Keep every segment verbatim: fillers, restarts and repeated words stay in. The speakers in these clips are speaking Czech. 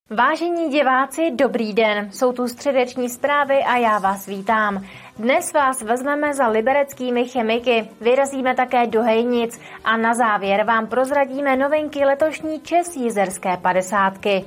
Vážení diváci, dobrý den. Jsou tu středeční zprávy a já vás vítám. Dnes vás vezmeme za libereckými chemiky, vyrazíme také do Hejnic a na závěr vám prozradíme novinky letošní ČEZ Jizerské padesátky.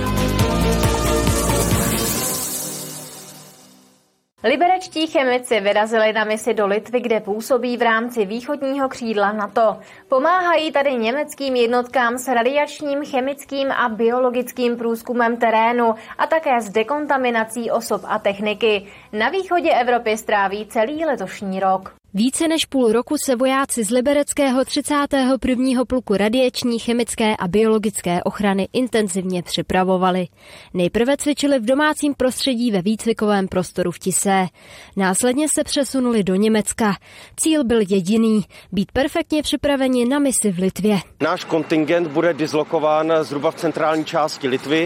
Liberečtí chemici vyrazili na misi do Litvy, kde působí v rámci východního křídla NATO. Pomáhají tady německým jednotkám s radiačním, chemickým a biologickým průzkumem terénu a také s dekontaminací osob a techniky. Na východě Evropy stráví celý letošní rok. Více než půl roku se vojáci z libereckého třicátého prvního pluku radiační, chemické a biologické ochrany intenzivně připravovali. Nejprve cvičili v domácím prostředí ve výcvikovém prostoru v Tisé. Následně se přesunuli do Německa. Cíl byl jediný – být perfektně připraveni na misi v Litvě. Náš kontingent bude dislokován zhruba v centrální části Litvy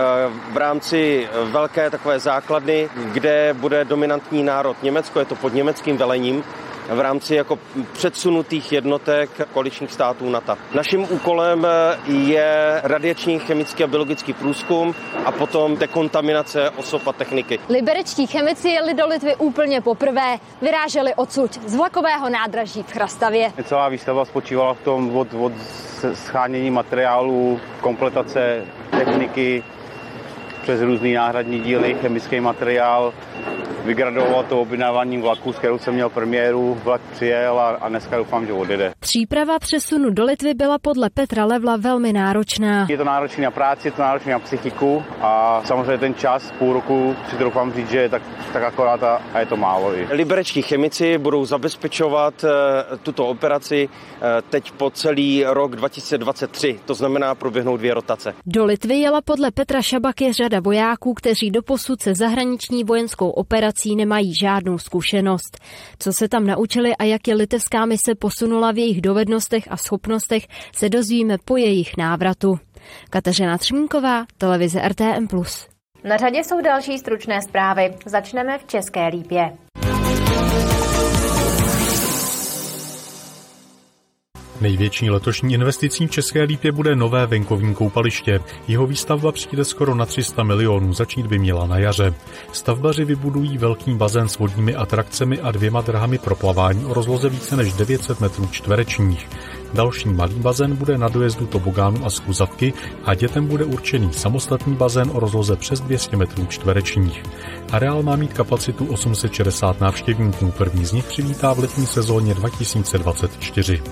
v rámci velké takové základny, kde bude dominantní národ Německo, je to pod německým velením, v rámci jako předsunutých jednotek koaličních států NATO. Naším úkolem je radiační, chemický a biologický průzkum a potom dekontaminace osob a techniky. Liberečtí chemici jeli do Litvy úplně poprvé. Vyráželi odsud z vlakového nádraží v Chrastavě. Celá výstava spočívala v tom od, od schánění materiálů, kompletace techniky, přes různý náhradní díly, chemický materiál. Vygradoval to objednáváním vlaku, s kterou jsem měl premiéru, vlak přijel a, a dneska doufám, že odjede. Příprava přesunu do Litvy byla podle Petra Levla velmi náročná. Je to náročný na práci, je to náročný na psychiku a samozřejmě ten čas, půl roku, si to doufám říct, že je tak, tak akorát a, a je to málo. I. Liberečtí chemici budou zabezpečovat uh, tuto operaci uh, teď po celý rok dva tisíce dvacet tři, to znamená proběhnou dvě rotace. Do Litvy jela podle Petra Šabaky řada vojáků, kteří doposud se zahraniční vojenskou operací nemají žádnou zkušenost. Co se tam naučili a jak je litevská mise posunula v jejich dovednostech a schopnostech, se dozvíme po jejich návratu. Kateřina Třmínková, televize R T M plus. Na řadě jsou další stručné zprávy. Začneme v České Lípě. Největší letošní investicí v České Lípě bude nové venkovní koupaliště. Jeho výstavba přijde skoro na tři sta milionů, začít by měla na jaře. Stavbaři vybudují velký bazén s vodními atrakcemi a dvěma drahami pro plavání o rozloze více než devět set metrů čtverečních. Další malý bazén bude na dojezdu tobogánu a skluzavky a dětem bude určený samostatný bazén o rozloze přes dvě stě metrů čtverečních. Areál má mít kapacitu osm set šedesát návštěvníků, první z nich přivítá v letní sezóně dva tisíce dvacet čtyři.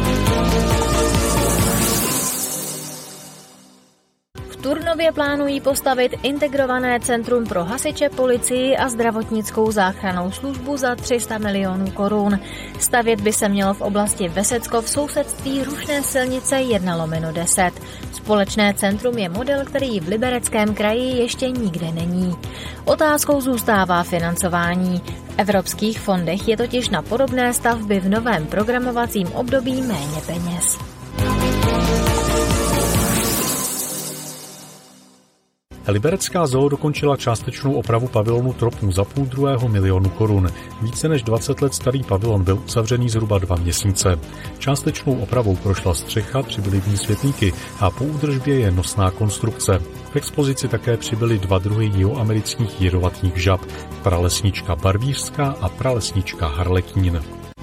V Turnově plánují postavit integrované centrum pro hasiče, policii a zdravotnickou záchrannou službu za tři sta milionů korun. Stavět by se mělo v oblasti Vesecko v sousedství rušné silnice jedna lomeno deset. Společné centrum je model, který v Libereckém kraji ještě nikde není. Otázkou zůstává financování. V evropských fondech je totiž na podobné stavby v novém programovacím období méně peněz. Liberecká zoo dokončila částečnou opravu pavilonu Tropů za půl druhého milionu korun. Více než dvacet let starý pavilon byl uzavřený zhruba dva měsíce. Částečnou opravou prošla střecha, přibyly v ní světníky a po údržbě je nosná konstrukce. V expozici také přibyly dva druhy jihoamerických jedovatých žab, pralesnička barvířská a pralesnička harlekín.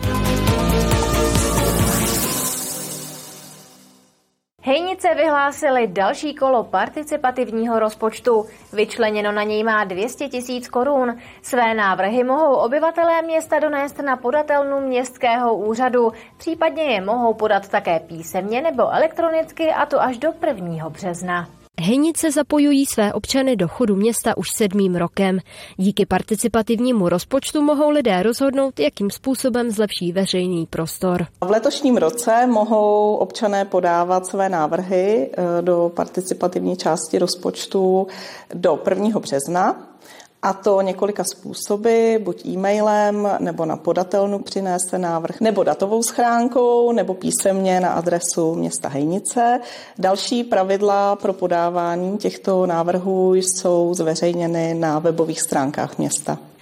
Hejnice vyhlásily další kolo participativního rozpočtu. Vyčleněno na něj má dvě stě tisíc korun. Své návrhy mohou obyvatelé města donést na podatelnu městského úřadu. Případně je mohou podat také písemně nebo elektronicky, a to až do prvního března. Hejnice zapojují své občany do chodu města už sedmým rokem. Díky participativnímu rozpočtu mohou lidé rozhodnout, jakým způsobem zlepší veřejný prostor. V letošním roce mohou občané podávat své návrhy do participativní části rozpočtu do prvního března. A to několika způsoby, buď e-mailem, nebo na podatelnu přinést návrh, nebo datovou schránkou, nebo písemně na adresu města Hejnice. Další pravidla pro podávání těchto návrhů jsou zveřejněny na webových stránkách města.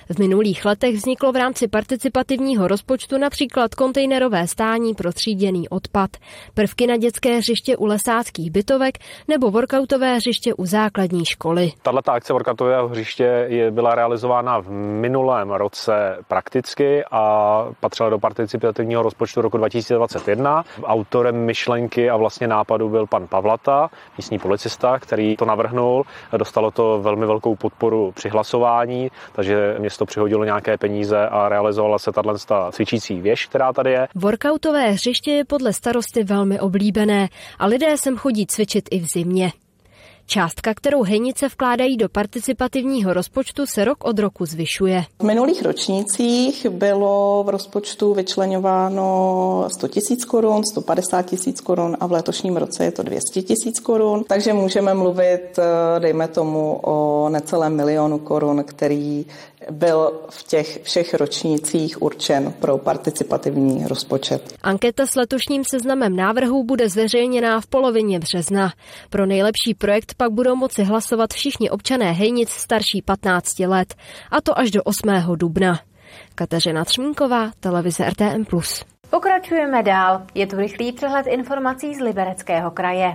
V minulých letech vzniklo v rámci participativního rozpočtu například kontejnerové stání pro tříděný odpad, prvky na dětské hřiště u lesáckých bytovek nebo workoutové hřiště u základní školy. Tato akce workoutového hřiště je, byla realizována v minulém roce prakticky a patřila do participativního rozpočtu roku dva tisíce dvacet jedna. Autorem myšlenky a vlastně nápadu byl pan Pavlata, místní policista, který to navrhnul. Dostalo to velmi velkou podporu při hlasování, takže město přihodilo nějaké peníze a realizovala se tato cvičící věž, která tady je. Workoutové hřiště je podle starosty velmi oblíbené a lidé sem chodí cvičit i v zimě. Částka, kterou Hejnice vkládají do participativního rozpočtu, se rok od roku zvyšuje. V minulých ročnících bylo v rozpočtu vyčleňováno sto tisíc korun, sto padesát tisíc korun a v letošním roce je to dvě stě tisíc korun, takže můžeme mluvit, dejme tomu, o necelém milionu korun, který byl v těch všech ročnících určen pro participativní rozpočet. Anketa s letošním seznamem návrhů bude zveřejněná v polovině března. Pro nejlepší projekt pak budou moci hlasovat všichni občané Hejnic starší patnácti let, a to až do osmého dubna. Kateřina Třmínková, televize R T M plus. Pokračujeme dál. Je tu rychlý přehled informací z Libereckého kraje.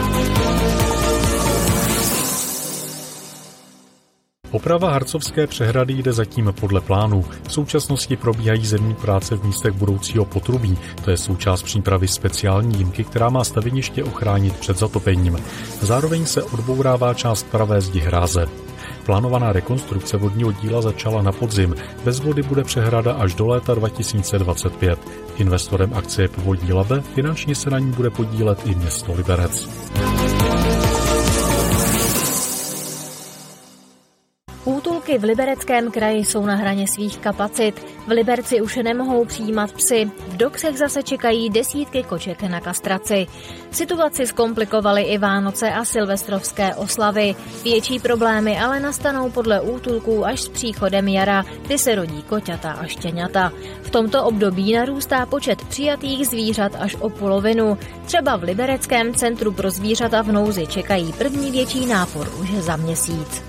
Oprava Harcovské přehrady jde zatím podle plánu. V současnosti probíhají zemní práce v místech budoucího potrubí. To je součást přípravy speciální jímky, která má staveniště ochránit před zatopením. Zároveň se odbourává část pravé zdi hráze. Plánovaná rekonstrukce vodního díla začala na podzim. Bez vody bude přehrada až do léta dva tisíce dvacet pět. Investorem akce je Povodí Labe, finančně se na ní bude podílet i město Liberec. Útulky v Libereckém kraji jsou na hraně svých kapacit. V Liberci už nemohou přijímat psy. V Doksech zase čekají desítky koček na kastraci. Situaci zkomplikovaly i Vánoce a silvestrovské oslavy. Větší problémy ale nastanou podle útulků až s příchodem jara, kdy se rodí koťata a štěňata. V tomto období narůstá počet přijatých zvířat až o polovinu. Třeba v Libereckém centru pro zvířata v nouzi čekají první větší nápor už za měsíc.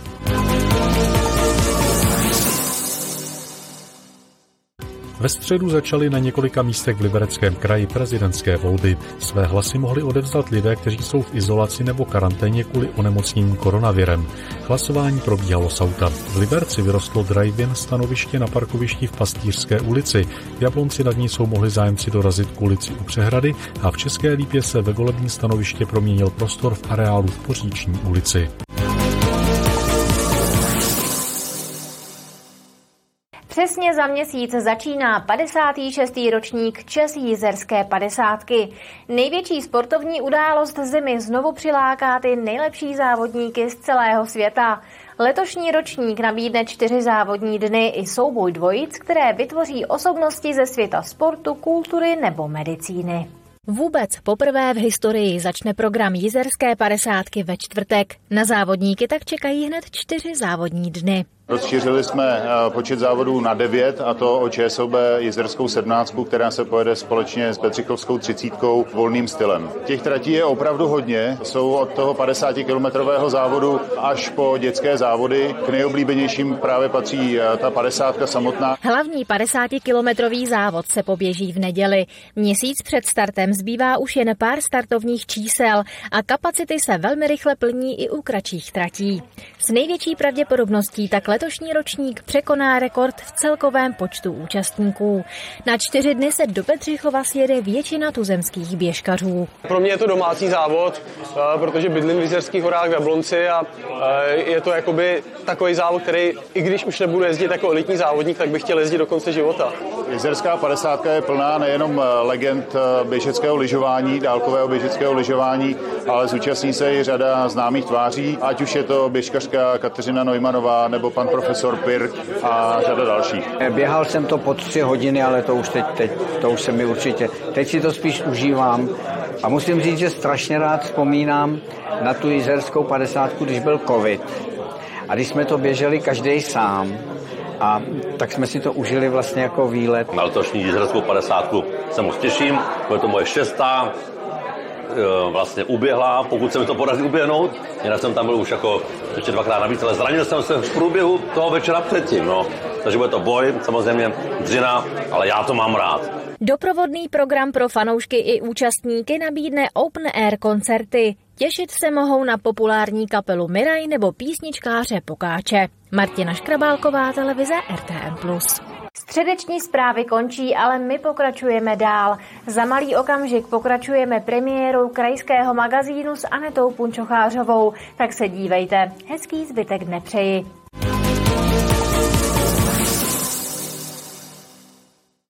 Ve středu začaly na několika místech v Libereckém kraji prezidentské volby. Své hlasy mohli odevzdat lidé, kteří jsou v izolaci nebo karanténě kvůli onemocnění koronavirem. Hlasování probíhalo z auta. V Liberci vyrostlo drive-in stanoviště na parkovišti v Pastýřské ulici. V Jablonci nad ní jsou mohli zájemci dorazit k ulici u přehrady a v České Lípě se ve volební stanoviště proměnil prostor v areálu v Poříční ulici. Přesně za měsíc začíná padesátý šestý ročník Čes Jizerské padesátky. Největší sportovní událost zimy znovu přiláká ty nejlepší závodníky z celého světa. Letošní ročník nabídne čtyři závodní dny i souboj dvojic, které vytvoří osobnosti ze světa sportu, kultury nebo medicíny. Vůbec poprvé v historii začne program Jizerské padesátky ve čtvrtek. Na závodníky tak čekají hned čtyři závodní dny. Rozšířili jsme počet závodů na devět, a to o ČSOB Jizerskou sedmnáctku, která se pojede společně s Petřichovskou třicítkou volným stylem. Těch tratí je opravdu hodně, jsou od toho padesátikilometrového závodu až po dětské závody. K nejoblíbenějším právě patří ta padesátka samotná. Hlavní padesátikilometrový závod se poběží v neděli. Měsíc před startem zbývá už jen pár startovních čísel a kapacity se velmi rychle plní i u kratších tratí. S největší pravděpodobností tak letošní ročník překoná rekord v celkovém počtu účastníků. Na čtyři dny se do Bedřichova sjede většina tuzemských běžkařů. Pro mě je to domácí závod, protože bydlím v Jizerských horách v Jablonci a je to jakoby takový závod, který, i když už nebudu jezdit jako elitní závodník, tak bych chtěl jezdit do konce života. Jizerská padesátka je plná nejenom legend běžeckého lyžování, dálkového běžeckého lyžování, ale zúčastní se i řada známých tváří, ať už je to běžkařka Kateřina Neumannová nebo pan profesor Pirk a řada dalších. Běhal jsem to po tři hodiny, ale to už teď, teď, to už se mi určitě, teď si to spíš užívám a musím říct, že strašně rád vzpomínám na tu jizerskou padesátku, když byl covid a když jsme to běželi každý sám a tak jsme si to užili vlastně jako výlet. Na letošní jizerskou padesátku se moc těším, bude to moje šestá vlastně uběhla, pokud se mi to podaří uběhnout. Jinak jsem tam byl už jako ještě dvakrát navíc, ale zranil jsem se v průběhu toho večera předtím. No. takže bude to boj, samozřejmě dřina, ale já to mám rád. Doprovodný program pro fanoušky i účastníky nabídne open air koncerty. Těšit se mohou na populární kapelu Miraj nebo písničkáře Pokáče. Martina Škrabálková, televize R T M plus. Středeční zprávy končí, ale my pokračujeme dál. Za malý okamžik pokračujeme premiérou krajského magazínu s Anetou Punčochářovou. Tak se dívejte. Hezký zbytek dne přeji.